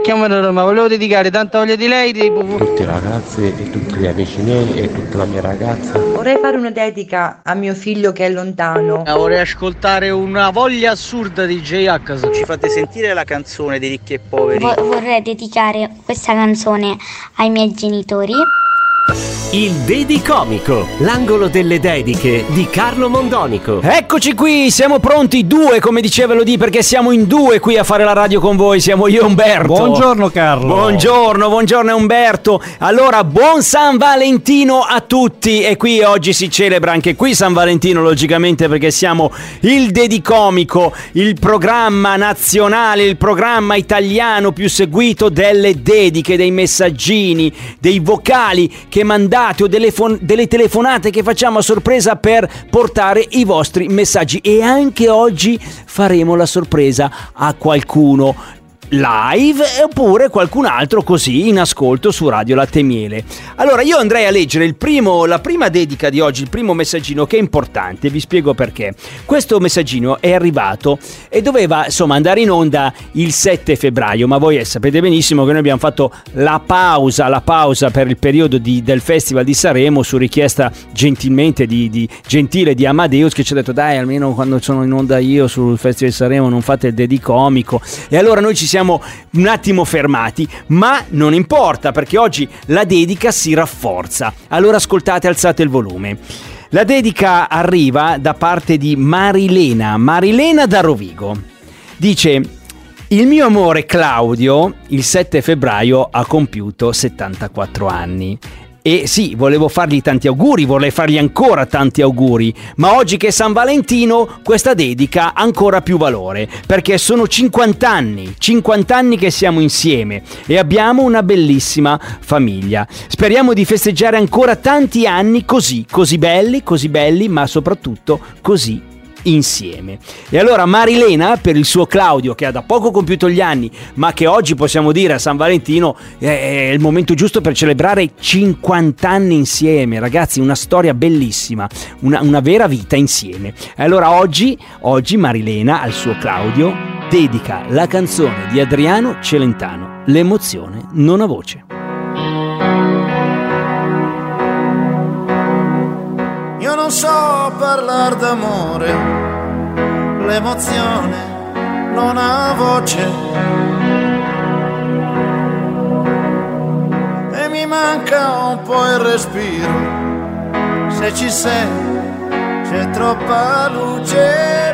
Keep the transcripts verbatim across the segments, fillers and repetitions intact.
chiamo da Roma, volevo dedicare tanta voglia di lei tutti i ragazzi e tutti gli amici miei e tutta la mia ragazza. Vorrei fare una dedica a mio figlio che è lontano. Vorrei ascoltare una voglia assurda di J-H. Ci fate sentire la canzone di Ricchi e Poveri? Vo- vorrei dedicare questa canzone ai miei genitori. Il Dedicomico, l'angolo delle dediche di Carlo Mondonico. Eccoci qui, siamo pronti, due come diceva Elodie, perché siamo in due qui a fare la radio con voi. Siamo io e Umberto. Buongiorno Carlo. Buongiorno, buongiorno Umberto. Allora, buon San Valentino a tutti. E qui oggi si celebra anche qui San Valentino, logicamente, perché siamo il Dedicomico, il programma nazionale, il programma italiano più seguito delle dediche, dei messaggini, dei vocali che mandate o delle, fon- delle telefonate che facciamo a sorpresa per portare i vostri messaggi. E anche oggi faremo la sorpresa a qualcuno live oppure qualcun altro così in ascolto su Radio Latte e Miele. Allora io andrei a leggere il primo, la prima dedica di oggi, il primo messaggino, che è importante, vi spiego perché. Questo messaggino è arrivato e doveva insomma andare in onda il sette febbraio, ma voi sapete benissimo che noi abbiamo fatto la pausa, la pausa per il periodo di, del Festival di Sanremo, su richiesta gentilmente di, di gentile di Amadeus, che ci ha detto dai, almeno quando sono in onda io sul Festival di Sanremo non fate il Dedicomico. E allora noi ci siamo Siamo un attimo fermati, ma non importa, perché oggi la dedica si rafforza. Allora ascoltate, alzate il volume. La dedica arriva da parte di Marilena, Marilena da Rovigo. Dice: il mio amore Claudio il sette febbraio ha compiuto settantaquattro anni. E sì, volevo fargli tanti auguri, vorrei fargli ancora tanti auguri, ma oggi che è San Valentino questa dedica ha ancora più valore, perché sono cinquanta anni, cinquanta anni che siamo insieme e abbiamo una bellissima famiglia. Speriamo di festeggiare ancora tanti anni così, così belli, così belli, ma soprattutto così insieme. E allora Marilena, per il suo Claudio che ha da poco compiuto gli anni, ma che oggi possiamo dire a San Valentino è il momento giusto per celebrare cinquanta anni insieme, ragazzi, una storia bellissima, una, una vera vita insieme. E allora oggi, oggi Marilena al suo Claudio dedica la canzone di Adriano Celentano, L'emozione non ha voce. Io non so parlare d'amore, l'emozione non ha voce e mi manca un po' il respiro, se ci sei c'è troppa luce,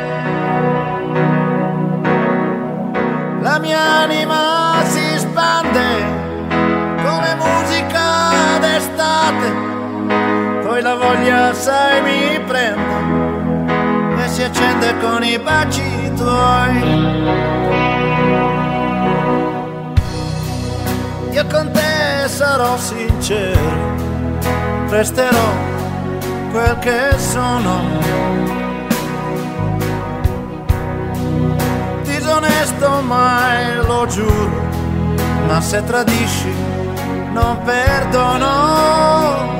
la mia anima si spande come musica d'estate. Poi la voglia, sai, mi prende e si accende con i baci tuoi. Io con te sarò sincero, resterò quel che sono. Disonesto mai, lo giuro, ma se tradisci non perdono.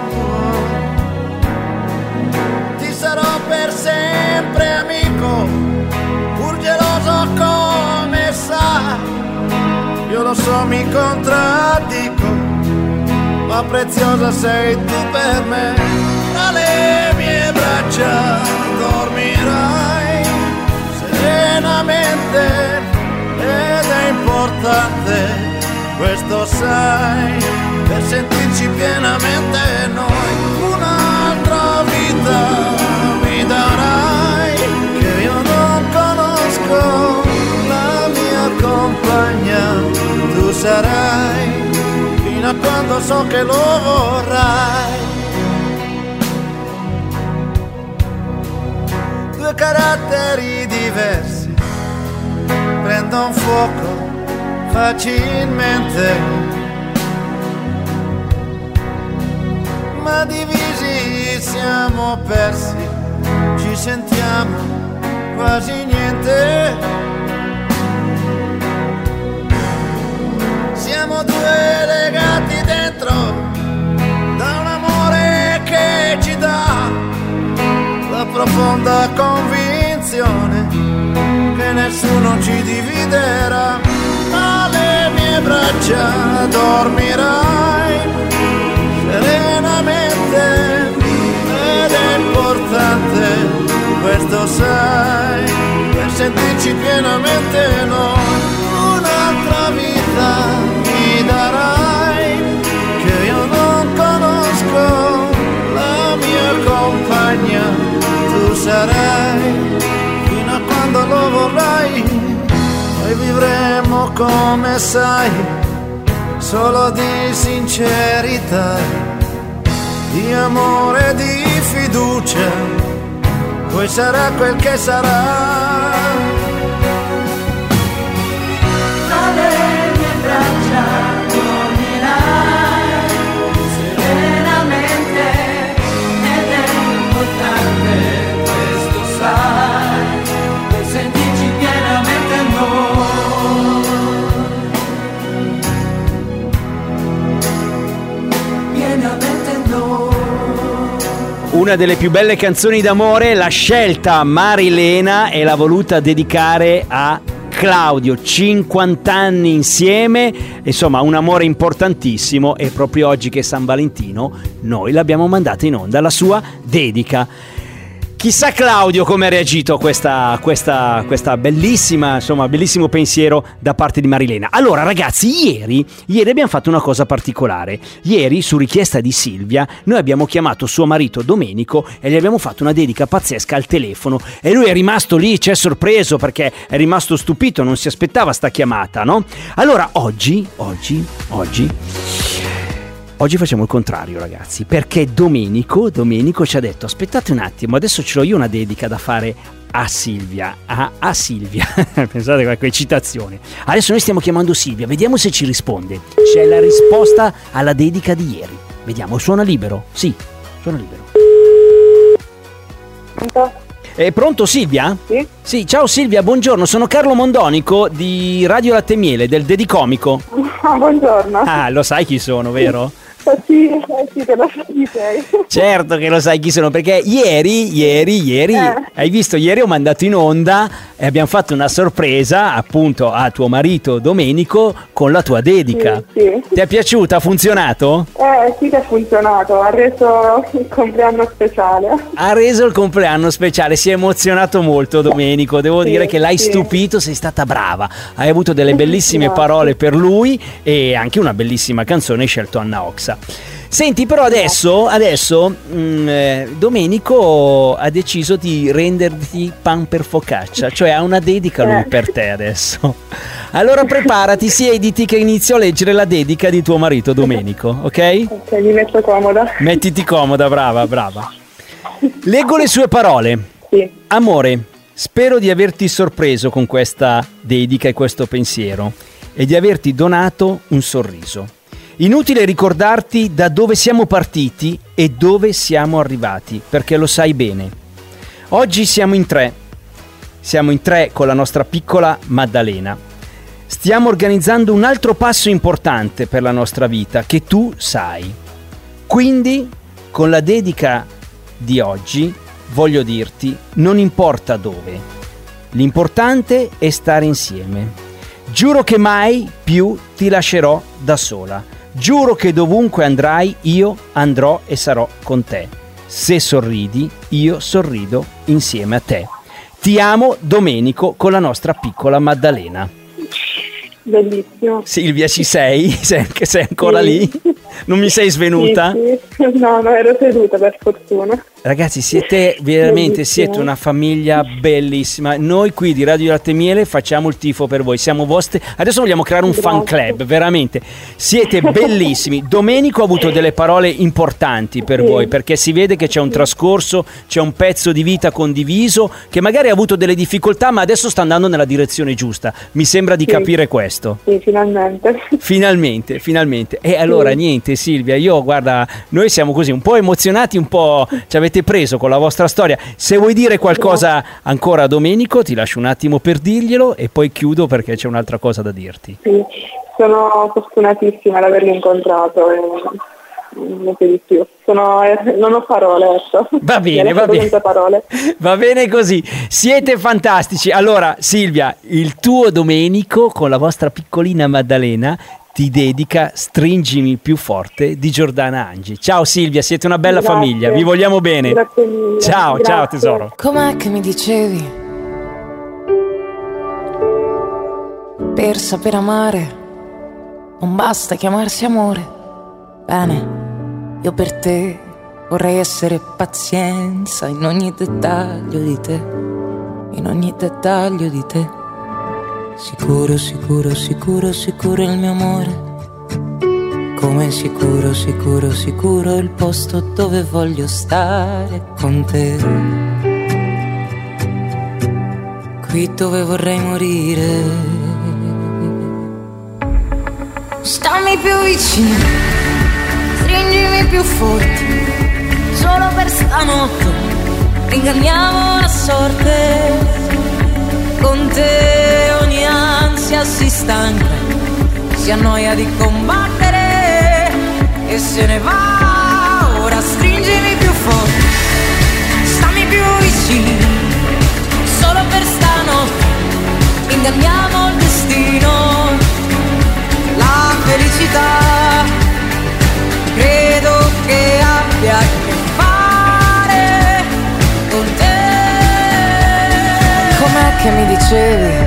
Sarò per sempre amico, pur geloso come sa. Io lo so, mi contraddico, ma preziosa sei tu per me. Tra le mie braccia dormirai serenamente ed è importante, questo sai, per sentirci pienamente noi. Un'altra vita darai che io non conosco, la mia compagna tu sarai fino a quando so che lo vorrai. Due caratteri diversi prendono fuoco facilmente, ma divisi siamo persi, ci sentiamo quasi niente. Siamo due legati dentro da un amore che ci dà la profonda convinzione che nessuno ci dividerà. Ma le mie braccia dormirai serenamente, ed è importante, questo sai, per sentirci pienamente noi. Un'altra vita mi darai, che io non conosco, la mia compagna tu sarai, fino a quando lo vorrai. Noi vivremo come sai, solo di sincerità, di amore e di fiducia, poi sarà quel che sarà. Tra le mie braccia dormirai serenamente, ed è importante, questo sai, per sentirci pienamente noi. Una delle più belle canzoni d'amore, l'ha scelta Marilena e l'ha voluta dedicare a Claudio. cinquanta anni insieme, insomma un amore importantissimo, e proprio oggi che è San Valentino noi l'abbiamo mandata in onda, la sua dedica. Chissà Claudio come ha reagito a questa, questa, questa bellissima, insomma, bellissimo pensiero da parte di Marilena. Allora ragazzi, ieri, ieri abbiamo fatto una cosa particolare. Ieri, su richiesta di Silvia, noi abbiamo chiamato suo marito Domenico e gli abbiamo fatto una dedica pazzesca al telefono, e lui è rimasto lì, ci è sorpreso perché è rimasto stupito, non si aspettava sta chiamata, no? Allora oggi, oggi, oggi... Oggi facciamo il contrario ragazzi, perché Domenico, Domenico ci ha detto: aspettate un attimo, adesso ce l'ho io una dedica da fare a Silvia, a, a Silvia, pensate a quella citazione. Adesso noi stiamo chiamando Silvia, vediamo se ci risponde. C'è la risposta alla dedica di ieri, vediamo, suona libero? Sì, suona libero. Pronto? È pronto Silvia? Sì. Sì, ciao Silvia, buongiorno, sono Carlo Mondonico di Radio Latte e Miele, del Dedicomico. Ah, buongiorno. Ah, lo sai chi sono, vero? Sì, sì, te lo sai chi sei. Certo che lo sai chi sono, perché ieri, ieri, ieri, eh. hai visto, ieri ho mandato in onda e abbiamo fatto una sorpresa appunto a tuo marito Domenico con la tua dedica. Sì, sì. Ti è piaciuta? Ha funzionato? Eh sì che ha funzionato, ha reso il compleanno speciale. Ha reso il compleanno speciale, si è emozionato molto Domenico, devo sì, dire che l'hai sì. stupito, sei stata brava, hai avuto delle bellissime parole per lui e anche una bellissima canzone, hai scelto Anna Oxa. Senti, però adesso, adesso mh, eh, Domenico ha deciso di renderti pan per focaccia, cioè ha una dedica lui per te adesso. Allora preparati, siediti che inizio a leggere la dedica di tuo marito Domenico, ok? Ok, mi metto comoda. Mettiti comoda, brava, brava. Leggo le sue parole. Sì. Amore, spero di averti sorpreso con questa dedica e questo pensiero e di averti donato un sorriso. Inutile ricordarti da dove siamo partiti e dove siamo arrivati, perché lo sai bene. Oggi siamo in tre. Siamo in tre con la nostra piccola Maddalena. Stiamo organizzando un altro passo importante per la nostra vita, che tu sai. Quindi, con la dedica di oggi, voglio dirti, non importa dove. L'importante è stare insieme. Giuro che mai più ti lascerò da sola. Giuro che dovunque andrai io andrò e sarò con te. Se sorridi, io sorrido insieme a te. Ti amo Domenico con la nostra piccola Maddalena. Bellissimo. Silvia, ci sei? Sei, sei ancora sì. lì? Non mi sei svenuta? Sì, sì. No, no, ero seduta per fortuna. Ragazzi, siete veramente, Bellissimo. siete una famiglia bellissima. Noi qui di Radio Latte e Miele facciamo il tifo per voi, siamo vostri. Adesso vogliamo creare un Grazie. fan club, veramente. Siete bellissimi. Domenico ha avuto delle parole importanti per sì. voi, perché si vede che c'è un trascorso, c'è un pezzo di vita condiviso, che magari ha avuto delle difficoltà, ma adesso sta andando nella direzione giusta. Mi sembra di sì. capire questo. Sì, finalmente. Finalmente, finalmente. E allora sì. niente Silvia, io guarda, noi siamo così un po' emozionati, un po' ci avete preso con la vostra storia. Se vuoi dire qualcosa no. ancora a Domenico, ti lascio un attimo per dirglielo e poi chiudo perché c'è un'altra cosa da dirti. Sì, sono fortunatissima ad averlo incontrato e non so di più. Sono, eh, non ho parole, ecco. Va bene, va bene. Parole. Va bene così. Siete fantastici. Allora, Silvia, il tuo Domenico con la vostra piccolina Maddalena ti dedica Stringimi più forte di Giordana Angi. Ciao Silvia, siete una bella Grazie. famiglia, vi vogliamo bene. Grazie mille. Ciao, Grazie. ciao tesoro. Com'è che mi dicevi? Per saper amare non basta chiamarsi amore. Bene, io per te vorrei essere pazienza in ogni dettaglio di te, in ogni dettaglio di te. Sicuro, sicuro, sicuro, sicuro il mio amore. Come sicuro, sicuro, sicuro il posto dove voglio stare con te. Qui dove vorrei morire. Stammi più vicino, stringimi più forte. Solo per stanotte inganniamo la sorte. Con te ogni ansia si stanca, si annoia di combattere e se ne va. Ora stringimi più forte, stammi più vicino. Solo per stanotte inganniamo il destino. La felicità credo che abbia a che fare con te. Com'è che mi dicevi?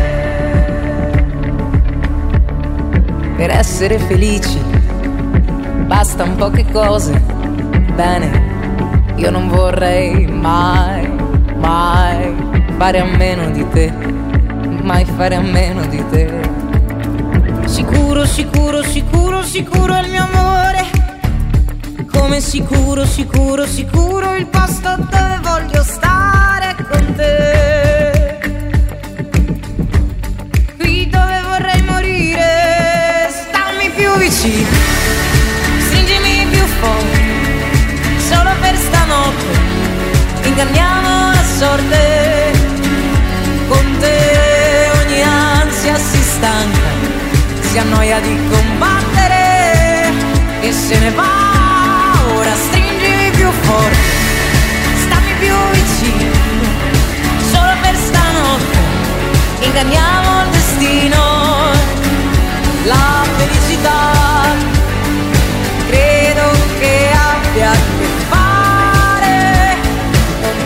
Per essere felici bastano poche cose. Bene, io non vorrei mai, mai fare a meno di te, mai fare a meno di te. Sicuro, sicuro, sicuro, sicuro è il mio amore. Come sicuro, sicuro, sicuro il posto dove voglio stare con te. Qui dove vorrei morire. Stammi più vicino, stringimi più forte. Solo per stanotte inganniamo la sorte. Con te ogni ansia si stanca, si annoia di combattere e se ne va. Ora stringimi più forte, stammi più vicino. Solo per stanotte inganniamo il destino. La felicità credo che abbia a che fare con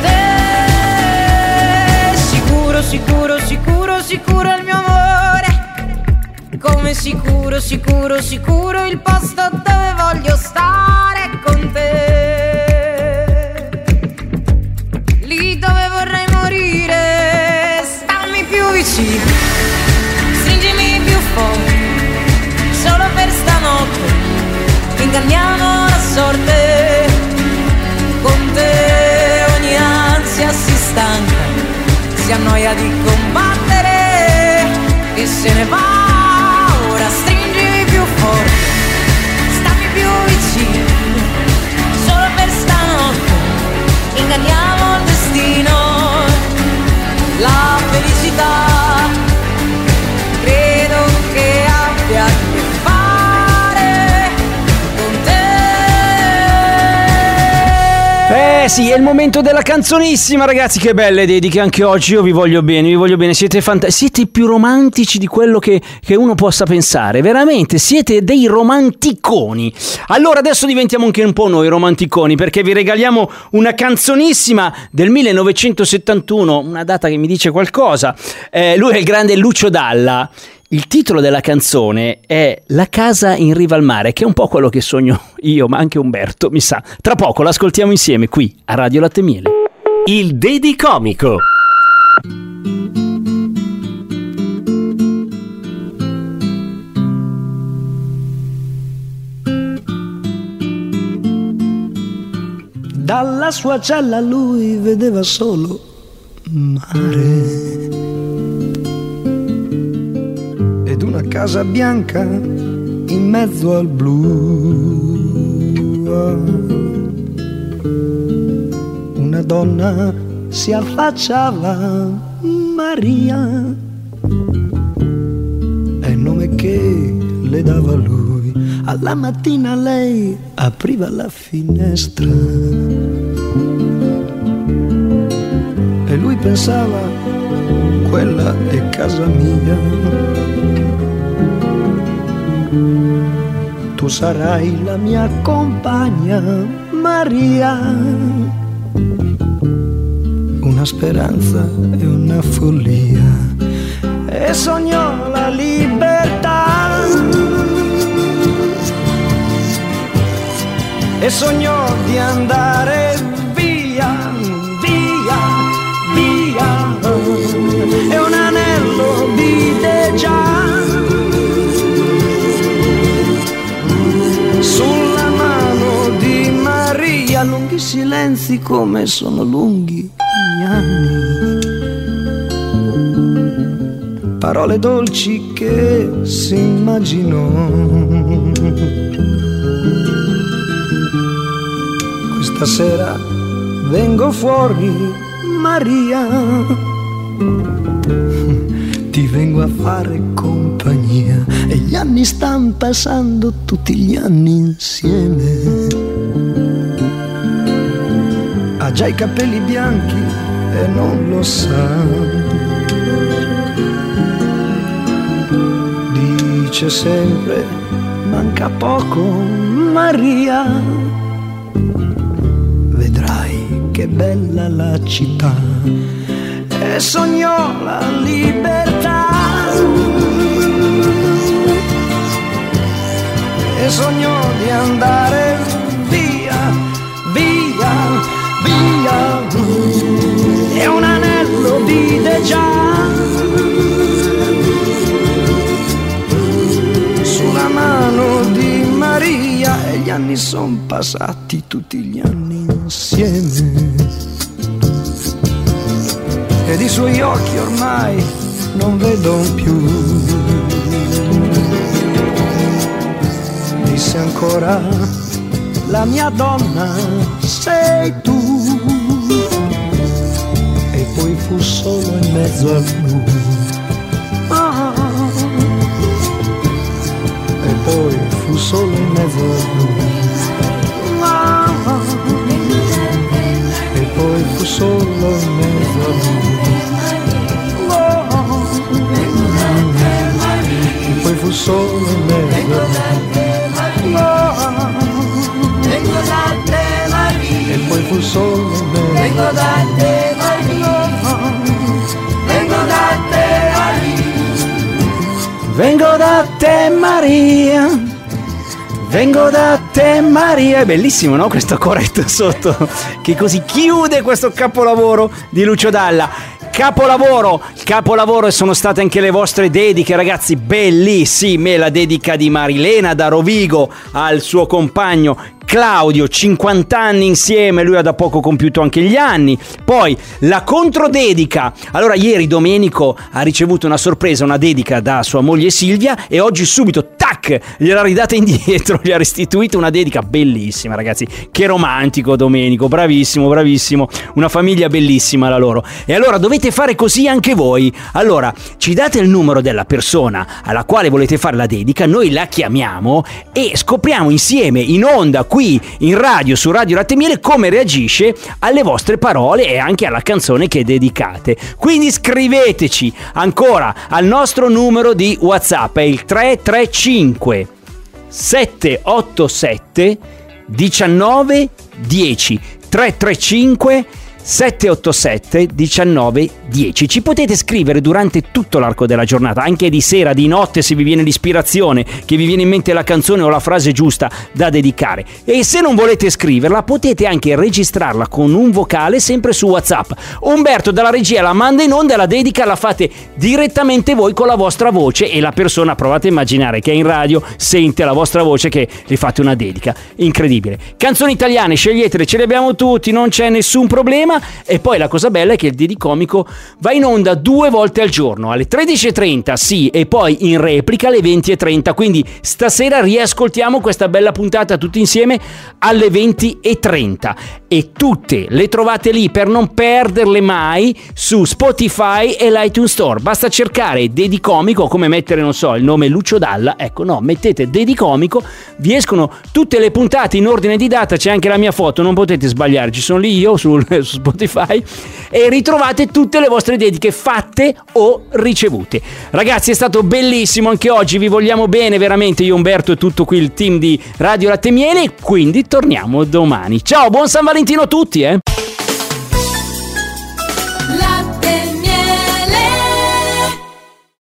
te. Sicuro, sicuro, sicuro, sicuro è il mio amore. Come sicuro, sicuro, sicuro il posto dove voglio stare con te. Lì dove vorrei morire. Stammi più vicino, stringimi più forte. Solo per stanotte inganniamo la sorte. Con te ogni ansia si stanca, si annoia di combattere e se ne va. Ora stringimi più forte, stammi più vicino. Solo per stanotte inganniamo il destino. La felicità credo che abbia a che fare con te. Eh sì, è il momento della canzonissima, ragazzi. Che belle dediche anche oggi. Io vi voglio bene, vi voglio bene. Siete fant- siete più romantici di quello che, che uno possa pensare. Veramente, siete dei romanticoni. Allora adesso diventiamo anche un po' noi romanticoni, perché vi regaliamo una canzonissima del millenovecentosettantuno, una data che mi dice qualcosa. Eh, lui è il grande Lucio Dalla. Il titolo della canzone è La casa in riva al mare, che è un po' quello che sogno io, ma anche Umberto, mi sa. Tra poco l'ascoltiamo insieme qui a Radio Latte Miele. Il Dedicomico. Dalla sua cella lui vedeva solo mare ed una casa bianca in mezzo al blu. Una donna si affacciava, Maria, è il nome che le dava lui. Alla mattina lei apriva la finestra e lui pensava, quella è casa mia. sarai la mia compagna, Maria. Una speranza e una follia, e sognò la libertà, e sognò di andare via, via, via, e un anello vide già sulla mano di Maria. Lunghi silenzi come sono lunghi gli anni, parole dolci che si immaginò. Questa sera vengo fuori, Maria, ti vengo a fare compagnia, e gli anni stanno passando, tutti gli anni insieme. Ha già i capelli bianchi e non lo sa, dice sempre manca poco, Maria, vedrai che bella la città, e sognò la libertà, e sognò di andare via, via, via, e un anello vide già sulla mano di Maria, e gli anni son passati, tutti gli anni insieme, ed i suoi occhi ormai non vedo più. Disse ancora, la mia donna sei tu, e poi fu solo in mezzo al blu. Ah, e poi fu solo in mezzo al blu. Ah, e poi fu solo in mezzo al blu. Oh, e poi fu solo in mezzo al blu. Vengo da te, Maria, e poi fu solo me. Vengo da te, Maria, vengo da te, Maria, vengo da te, Maria, vengo da te, Maria. È bellissimo, no? Questo coretto sotto che così chiude questo capolavoro di Lucio Dalla. Capolavoro, capolavoro, e sono state anche le vostre dediche, ragazzi, bellissime. La dedica di Marilena da Rovigo al suo compagno Claudio, cinquanta anni insieme, lui ha da poco compiuto anche gli anni. Poi la controdedica. Allora ieri Domenico ha ricevuto una sorpresa, una dedica da sua moglie Silvia, e oggi subito tac, gliel'ha ridata indietro, gli ha restituito una dedica bellissima, ragazzi. Che romantico Domenico, bravissimo, bravissimo, una famiglia bellissima la loro. E allora dovete fare così anche voi. Allora ci date il numero della persona alla quale volete fare la dedica, noi la chiamiamo e scopriamo insieme in onda qui in radio, su Radio Latte e Miele, come reagisce alle vostre parole e anche alla canzone che dedicate. Quindi scriveteci ancora al nostro numero di WhatsApp, è il tre tre cinque sette otto sette diciannove dieci, tre tre cinque sette otto sette diciannove dieci. Ci potete scrivere durante tutto l'arco della giornata, anche di sera, di notte, se vi viene l'ispirazione, che vi viene in mente la canzone o la frase giusta da dedicare. E se non volete scriverla, potete anche registrarla con un vocale sempre su WhatsApp. Umberto dalla regia la manda in onda e la dedica la fate direttamente voi con la vostra voce, e la persona, provate a immaginare che è in radio, sente la vostra voce che gli fate una dedica. Incredibile. Canzoni italiane, sceglietele, ce le abbiamo tutti, non c'è nessun problema. E poi la cosa bella è che il Dedicomico va in onda due volte al giorno, alle tredici e trenta, sì, e poi in replica alle venti e trenta. Quindi stasera riascoltiamo questa bella puntata tutti insieme alle venti e trenta, e tutte le trovate lì per non perderle mai su Spotify e l'iTunes Store. Basta cercare Dedicomico, come mettere, non so, il nome Lucio Dalla, ecco, no, mettete Dedicomico, vi escono tutte le puntate in ordine di data, c'è anche la mia foto, non potete sbagliare, ci sono lì io sul, su Spotify, e ritrovate tutte le vostre dediche fatte o ricevute. Ragazzi, è stato bellissimo anche oggi, vi vogliamo bene veramente, io, Umberto e tutto qui il team di Radio Latte e Miele, quindi torniamo domani. Ciao, buon San Valentino a tutti, eh!